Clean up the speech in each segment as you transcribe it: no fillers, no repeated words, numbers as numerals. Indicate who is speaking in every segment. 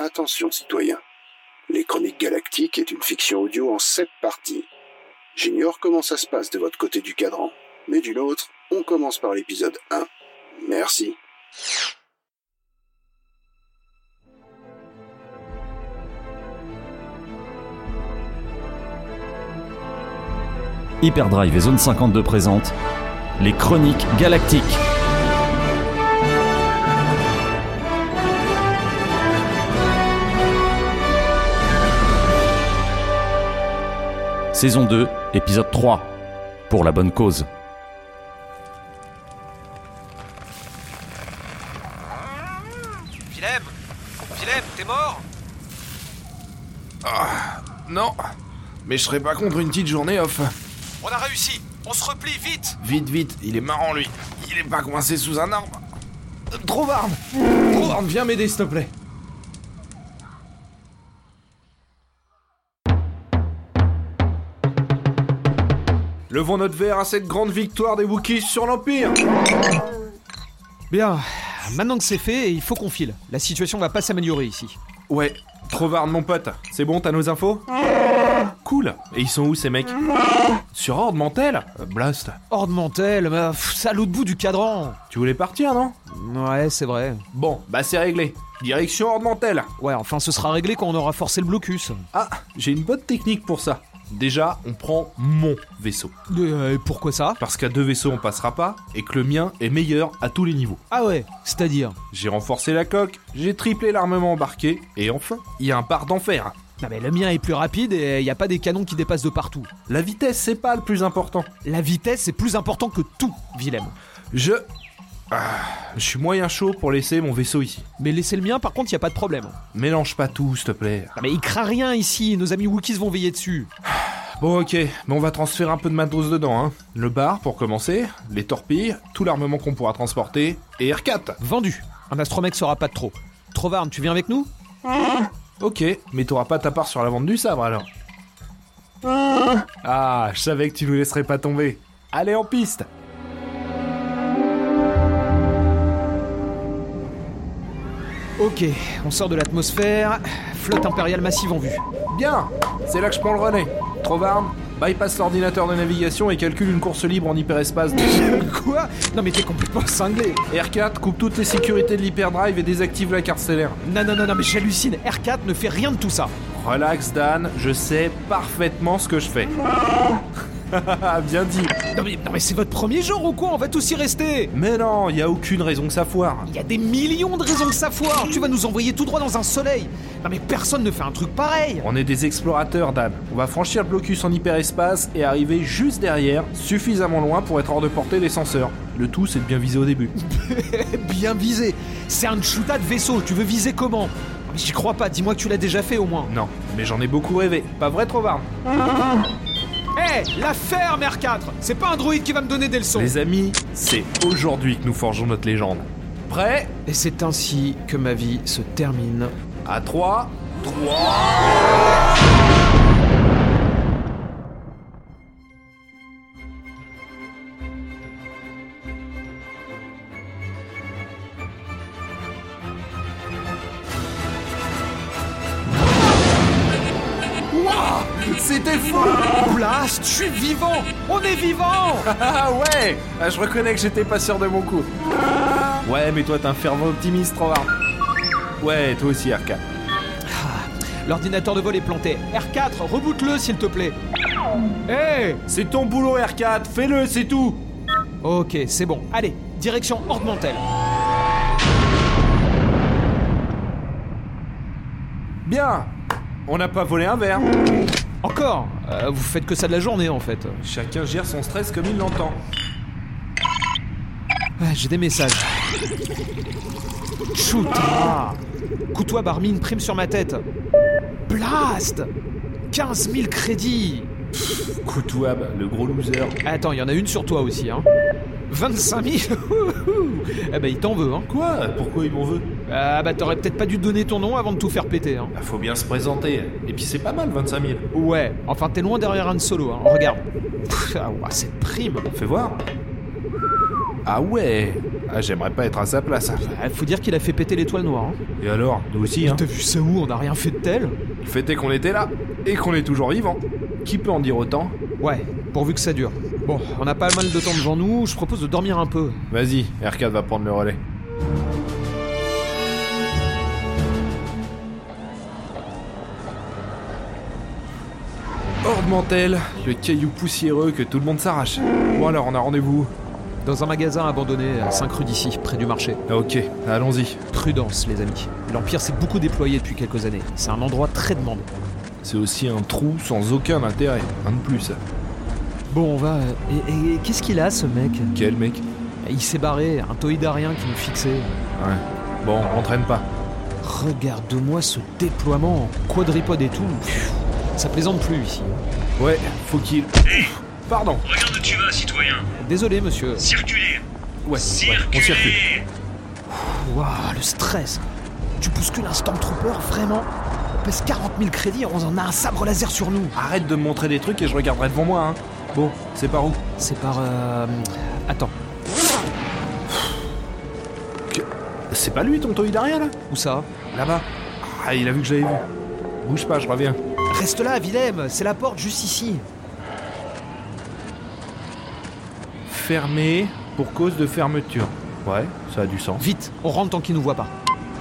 Speaker 1: Attention, citoyens. Les Chroniques Galactiques est une fiction audio en 7 parties. J'ignore comment ça se passe de votre côté du cadran, mais du nôtre, on commence par l'épisode 1. Merci.
Speaker 2: Hyperdrive et Zone 52 présentent les Chroniques Galactiques. Saison 2, épisode 3, pour la bonne cause.
Speaker 3: Willem, t'es mort?
Speaker 4: Non, mais je serais pas contre une petite journée off.
Speaker 3: On a réussi, on se replie, vite!
Speaker 4: Vite, il est marrant lui. Il est pas coincé sous un arbre. Trovarne, viens m'aider s'il te plaît. Levons notre verre à cette grande victoire des Wookiees sur l'Empire.
Speaker 5: Bien, maintenant que c'est fait, il faut qu'on file. La situation va pas s'améliorer ici.
Speaker 4: Ouais, Trovarne mon pote, c'est bon, t'as nos infos? Cool. Et ils sont où ces mecs? Sur Horde Mantell? Blast.
Speaker 5: Horde Mantell, mais c'est à l'autre bout du cadran.
Speaker 4: Tu voulais partir, non?
Speaker 5: Ouais, c'est vrai.
Speaker 4: Bon, bah c'est réglé. Direction Horde Mantell.
Speaker 5: Ouais, enfin ce sera réglé quand on aura forcé le blocus.
Speaker 4: Ah, j'ai une bonne technique pour ça. Déjà, on prend mon vaisseau.
Speaker 5: Pourquoi ça?
Speaker 4: Parce qu'à 2 vaisseaux on passera pas, et que le mien est meilleur à tous les niveaux.
Speaker 5: Ah ouais, c'est-à-dire?
Speaker 4: J'ai renforcé la coque, j'ai triplé l'armement embarqué, et enfin, il y a un bar d'enfer.
Speaker 5: Non mais le mien est plus rapide et y a pas des canons qui dépassent de partout.
Speaker 4: La vitesse, c'est pas le plus important.
Speaker 5: La vitesse, c'est plus important que tout, Willem.
Speaker 4: Je suis moyen chaud pour laisser mon vaisseau ici.
Speaker 5: Mais laissez le mien, par contre, y a pas de problème.
Speaker 4: Mélange pas tout, s'il te plaît.
Speaker 5: Non mais il craint rien ici, nos amis Wookiees vont veiller dessus.
Speaker 4: Bon ok, mais on va transférer un peu de matos dedans, hein. Le bar, pour commencer, les torpilles, tout l'armement qu'on pourra transporter, et R4.
Speaker 5: Vendu. Un astromec sera pas de trop. Trovarne, tu viens avec nous?
Speaker 4: Ok, mais t'auras pas ta part sur la vente du sabre alors. Ah, je savais que tu nous laisserais pas tomber. Allez en piste.
Speaker 5: Ok, on sort de l'atmosphère. Flotte impériale massive en vue.
Speaker 4: Bien, c'est là que je prends le relais. Trovarne, bypass l'ordinateur de navigation et calcule une course libre en hyperespace.
Speaker 5: Quoi? Non mais t'es complètement cinglé.
Speaker 4: R4, coupe toutes les sécurités de l'hyperdrive et désactive la carte stellaire.
Speaker 5: Non mais j'hallucine. R4 ne fait rien de tout ça.
Speaker 4: Relax Dan, je sais parfaitement ce que je fais. Bien dit.
Speaker 5: Non mais c'est votre premier jour ou quoi? On va tous y rester.
Speaker 4: Mais non, y a aucune raison que ça foire.
Speaker 5: Il y a des millions de raisons que ça foire. Tu vas nous envoyer tout droit dans un soleil. Non mais personne ne fait un truc pareil.
Speaker 4: On est des explorateurs Dan. On va franchir le blocus en hyperespace et arriver juste derrière, suffisamment loin pour être hors de portée des senseurs. Le tout c'est de bien viser au début.
Speaker 5: Bien visé. C'est un Chuta de vaisseau, tu veux viser comment? Mais j'y crois pas, dis-moi que tu l'as déjà fait au moins.
Speaker 4: Non, mais j'en ai beaucoup rêvé. Pas vrai Trovarne?
Speaker 5: La ferme R4. C'est pas un droïde qui va me donner des leçons.
Speaker 4: Les amis, c'est aujourd'hui que nous forgeons notre légende. Prêt?
Speaker 5: Et c'est ainsi que ma vie se termine.
Speaker 4: À 3. C'était fou!
Speaker 5: Blast, je suis vivant! On est vivant!
Speaker 4: Ah ouais! Je reconnais que j'étais pas sûr de mon coup. Ouais, mais toi t'es un fervent optimiste, Trovarne. Ouais, toi aussi, R4.
Speaker 5: L'ordinateur de vol est planté. R4, reboot-le s'il te plaît.
Speaker 4: C'est ton boulot, R4, fais-le, c'est tout!
Speaker 5: Ok, c'est bon. Allez, direction Horde Mantell.
Speaker 4: Bien! On n'a pas volé un verre.
Speaker 5: Encore? Vous faites que ça de la journée en fait.
Speaker 4: Chacun gère son stress comme il l'entend.
Speaker 5: J'ai des messages. Shoot! Coutois Barmine prime sur ma tête. Blast! 15 000 crédits!
Speaker 4: Koutouab, le gros loser.
Speaker 5: Attends, il y en a une sur toi aussi, hein. 25 000. Eh ben, il t'en veut, hein.
Speaker 4: Quoi? Pourquoi il m'en veut?
Speaker 5: Ah bah, t'aurais peut-être pas dû te donner ton nom avant de tout faire péter, hein.
Speaker 4: Faut bien se présenter. Et puis c'est pas mal, 25 000.
Speaker 5: Ouais, enfin, t'es loin derrière Han Solo, hein. Regarde. Ah, ouais, cette prime.
Speaker 4: Fais voir. Ah ouais. Ah, j'aimerais pas être à sa place.
Speaker 5: Faut dire qu'il a fait péter l'étoile noire. Hein.
Speaker 4: Et alors, nous aussi, hein.
Speaker 5: T'as vu ça où? On n'a rien fait de tel.
Speaker 4: Le fait est qu'on était là, et qu'on est toujours vivant. Qui peut en dire autant?
Speaker 5: Ouais, pourvu que ça dure. Bon, on a pas mal de temps devant nous, je propose de dormir un peu.
Speaker 4: Vas-y, R4 va prendre le relais. Hors de Mantel, le caillou poussiéreux que tout le monde s'arrache. Bon alors, on a rendez-vous.
Speaker 5: Dans un magasin abandonné à 5 rues d'ici, près du marché.
Speaker 4: Ok, allons-y.
Speaker 5: Prudence, les amis. L'Empire s'est beaucoup déployé depuis quelques années. C'est un endroit très demandé.
Speaker 4: C'est aussi un trou sans aucun intérêt, un de plus.
Speaker 5: Bon, on va... Et qu'est-ce qu'il a, ce mec?
Speaker 4: Quel mec?
Speaker 5: Il s'est barré, un toïdarien qui nous fixait.
Speaker 4: Ouais. Bon, on traîne pas.
Speaker 5: Regarde-moi ce déploiement en quadripode et tout. Ça plaisante plus ici.
Speaker 4: Ouais, faut qu'il...
Speaker 6: Hey,
Speaker 4: pardon.
Speaker 6: regarde où tu vas, citoyen.
Speaker 5: Désolé, monsieur.
Speaker 6: Circulez.
Speaker 4: Ouais,
Speaker 6: Circulez.
Speaker 4: on circule.
Speaker 5: Waouh, le stress. Tu bouscules un Stormtrooper, vraiment? On pèse 40 000 crédits, on en a un sabre laser sur nous.
Speaker 4: Arrête de me montrer des trucs et je regarderai devant moi, hein. Bon, c'est par où?
Speaker 5: C'est par... Attends.
Speaker 4: C'est pas lui ton toïdarien là?
Speaker 5: Où ça?
Speaker 4: Là-bas. Ah, il a vu que j'avais vu. Bouge pas, je reviens.
Speaker 5: Reste là, Willem, c'est la porte juste ici.
Speaker 4: Fermé pour cause de fermeture. Ouais, ça a du sens.
Speaker 5: Vite, on rentre tant qu'il nous voit pas.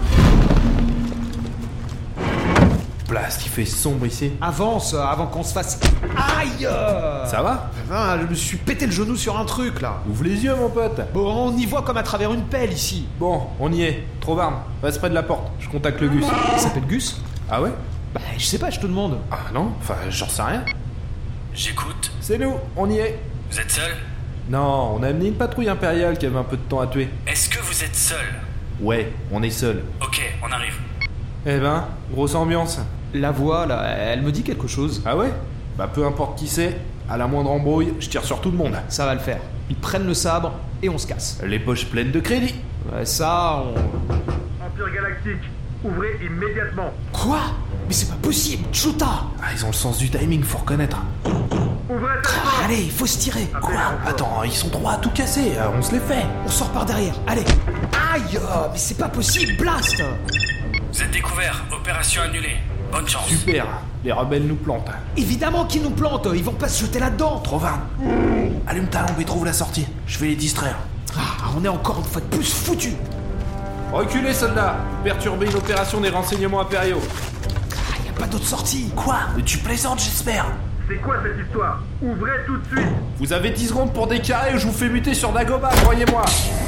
Speaker 4: Blast, il fait sombre ici.
Speaker 5: Avance, avant qu'on se fasse... Aïe!
Speaker 4: Ça va?
Speaker 5: Ah, je me suis pété le genou sur un truc, là.
Speaker 4: Ouvre les yeux, mon pote.
Speaker 5: Bon, on y voit comme à travers une pelle, ici.
Speaker 4: Bon, on y est. Trovarne, reste près de la porte. Je contacte le Gus.
Speaker 5: Il s'appelle Gus?
Speaker 4: Ah ouais?
Speaker 5: Bah, je sais pas, je te demande.
Speaker 4: Ah non, enfin, j'en sais rien.
Speaker 6: J'écoute.
Speaker 4: C'est nous, on y est.
Speaker 6: Vous êtes seul?
Speaker 4: Non, on a amené une patrouille impériale qui avait un peu de temps à tuer.
Speaker 6: Est-ce que vous êtes seul?
Speaker 4: Ouais, on est seul.
Speaker 6: Ok, on arrive.
Speaker 4: Eh ben, grosse ambiance.
Speaker 5: La voix, là, elle me dit quelque chose.
Speaker 4: Ah ouais? Bah peu importe qui c'est, à la moindre embrouille, je tire sur tout le monde.
Speaker 5: Ça va le faire. Ils prennent le sabre et on se casse.
Speaker 4: Les poches pleines de crédit.
Speaker 5: Ouais, ça, on...
Speaker 7: Empire Galactique, ouvrez immédiatement.
Speaker 5: Quoi? Mais c'est pas possible, Chuta!
Speaker 4: Ah, ils ont le sens du timing, faut reconnaître.
Speaker 7: Ouvrez cette porte.
Speaker 5: Allez, il faut se tirer.
Speaker 4: Quoi? Attends, ils sont trois à tout casser, on se les fait.
Speaker 5: On sort par derrière, allez. Aïe, mais c'est pas possible, blast!
Speaker 6: Vous êtes découvert. Opération annulée. Bonne chance.
Speaker 4: Super, les rebelles nous plantent.
Speaker 5: Évidemment qu'ils nous plantent, ils vont pas se jeter là-dedans.
Speaker 4: Trovarne, allume ta lampe et trouve la sortie. Je vais les distraire.
Speaker 5: Ah, on est encore une fois de plus foutus.
Speaker 4: Reculez, soldats. Perturber une opération des renseignements impériaux.
Speaker 5: Ah, y a pas d'autre sortie.
Speaker 4: Quoi? Tu plaisantes, j'espère.
Speaker 7: C'est quoi cette histoire? Ouvrez tout de suite.
Speaker 4: Vous avez 10 secondes pour décarrer ou je vous fais muter sur Dagobah, croyez-moi.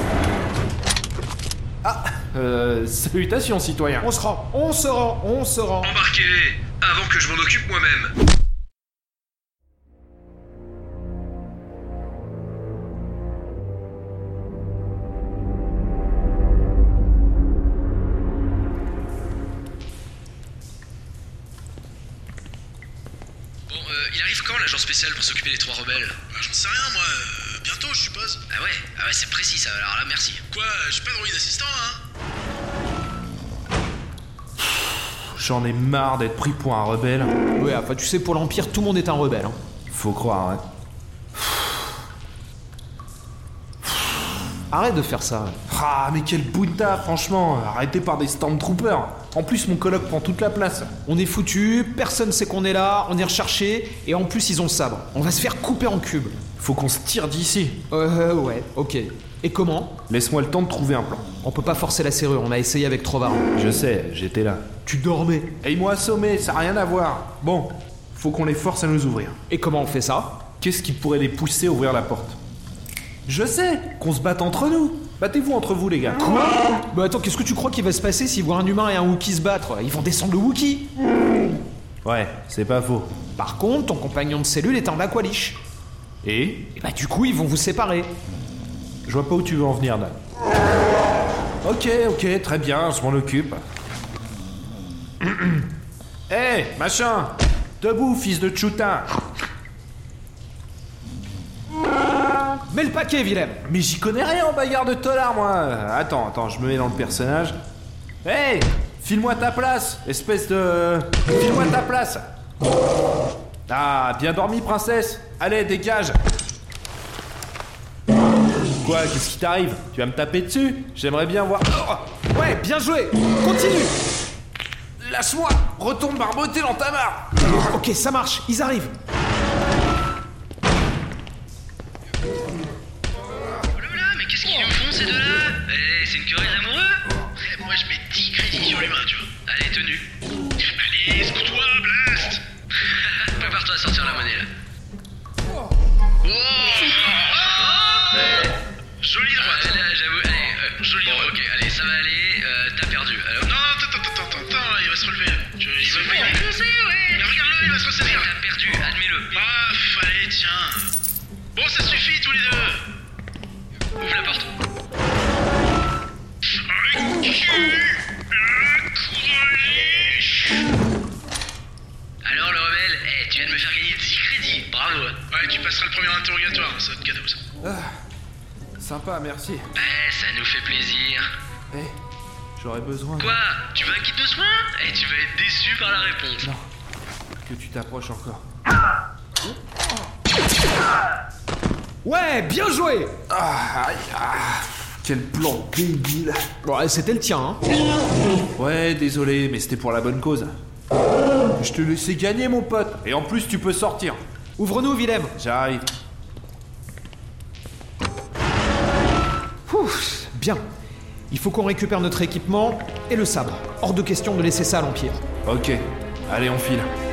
Speaker 4: Ah, salutations, citoyens.
Speaker 5: On se rend, on se rend, on se rend.
Speaker 6: Embarquez-les avant que je m'en occupe moi-même. Il arrive quand l'agent spécial pour s'occuper des trois rebelles?
Speaker 8: J'en sais rien moi, bientôt je suppose.
Speaker 6: Ah ouais c'est précis ça, alors là merci.
Speaker 8: Quoi, j'ai pas de droïde assistant hein?
Speaker 4: J'en ai marre d'être pris pour un rebelle.
Speaker 5: Ouais, enfin tu sais, pour l'Empire, tout le monde est un rebelle. Hein.
Speaker 4: Faut croire, hein.
Speaker 5: Arrête de faire ça.
Speaker 4: Ah, mais quel bunta, franchement. Arrêté par des Stormtroopers. En plus, mon coloc prend toute la place.
Speaker 5: On est foutus, personne sait qu'on est là, on est recherché, et en plus ils ont le sabre. On va se faire couper en cubes.
Speaker 4: Faut qu'on se tire d'ici.
Speaker 5: Ouais, ok. Et comment?
Speaker 4: Laisse-moi le temps de trouver un plan.
Speaker 5: On peut pas forcer la serrure, on a essayé avec Trovarne.
Speaker 4: Je sais, j'étais là.
Speaker 5: Tu dormais.
Speaker 4: Et ils m'ont assommé, ça n'a rien à voir. Bon, faut qu'on les force à nous ouvrir.
Speaker 5: Et comment on fait ça?
Speaker 4: Qu'est-ce qui pourrait les pousser à ouvrir la porte? Je sais, qu'on se batte entre nous. Battez-vous entre vous, les gars.
Speaker 5: Quoi? Bah attends, qu'est-ce que tu crois qu'il va se passer s'ils voient un humain et un Wookie se battre? Ils vont descendre le Wookie.
Speaker 4: Ouais, c'est pas faux.
Speaker 5: Par contre, ton compagnon de cellule est un Aqualish.
Speaker 4: Et
Speaker 5: bah du coup, ils vont vous séparer.
Speaker 4: Je vois pas où tu veux en venir, Dan. Ok, très bien, je m'en occupe. Hé, machin! Debout, fils de Chuta!
Speaker 5: Mets le paquet, Willem.
Speaker 4: Mais j'y connais rien en bagarre de tolard, moi. Attends, je me mets dans le personnage. Hey, file-moi ta place, espèce de... File-moi ta place. Ah, bien dormi, princesse. Allez, dégage. Quoi, qu'est-ce qui t'arrive? Tu vas me taper dessus? J'aimerais bien voir... Oh,
Speaker 5: Ouais, bien joué. Continue.
Speaker 4: lâche-moi! Retourne barboter dans ta mare!
Speaker 5: Ok, ça marche, ils arrivent.
Speaker 6: Oulala, mais qu'est-ce qu'ils nous font ces deux-là? Eh, c'est une querelle d'amoureux?
Speaker 8: Eh, moi, je mets 10 crédits sur l'humain, tu vois.
Speaker 6: Allez, tenue.
Speaker 8: Allez, secoue-toi, blast.
Speaker 6: Prépare-toi à sortir la monnaie, là.
Speaker 8: Oh. Jolie droite.
Speaker 6: Là, j'avoue, allez,
Speaker 8: Jolie
Speaker 6: bon,
Speaker 8: droite.
Speaker 6: ok, allez, ça va aller, t'as perdu. Alors,
Speaker 8: Non, attends, là, il va se relever. Là. Il va pas y aller.
Speaker 6: je sais, ouais.
Speaker 8: Mais regarde-le, il va se ressaisir.
Speaker 6: T'as perdu, admets-le.
Speaker 8: Ah, allez, tiens. Bon, ça suffit, tous les deux.
Speaker 6: Ouvre la porte. Alors, le rebelle, tu viens de me faire gagner 10 crédits, bravo.
Speaker 8: Ouais, tu passeras le premier interrogatoire, c'est notre cadeau, ça.
Speaker 4: Sympa, merci.
Speaker 6: Ça nous fait plaisir.
Speaker 4: J'aurais besoin...
Speaker 6: Quoi? Tu veux un kit de soins? Tu vas être déçu par la réponse.
Speaker 4: Non. Que tu t'approches encore.
Speaker 5: Ouais, bien joué.
Speaker 4: Quel plan débile.
Speaker 5: Ouais, c'était le tien, hein.
Speaker 4: Ouais, désolé, mais c'était pour la bonne cause. Je te laissais gagner, mon pote. Et en plus, tu peux sortir.
Speaker 5: Ouvre-nous, Willem.
Speaker 4: J'arrive.
Speaker 5: Ouf, bien. Il faut qu'on récupère notre équipement et le sabre. Hors de question de laisser ça à l'Empire.
Speaker 4: Ok. Allez, on file.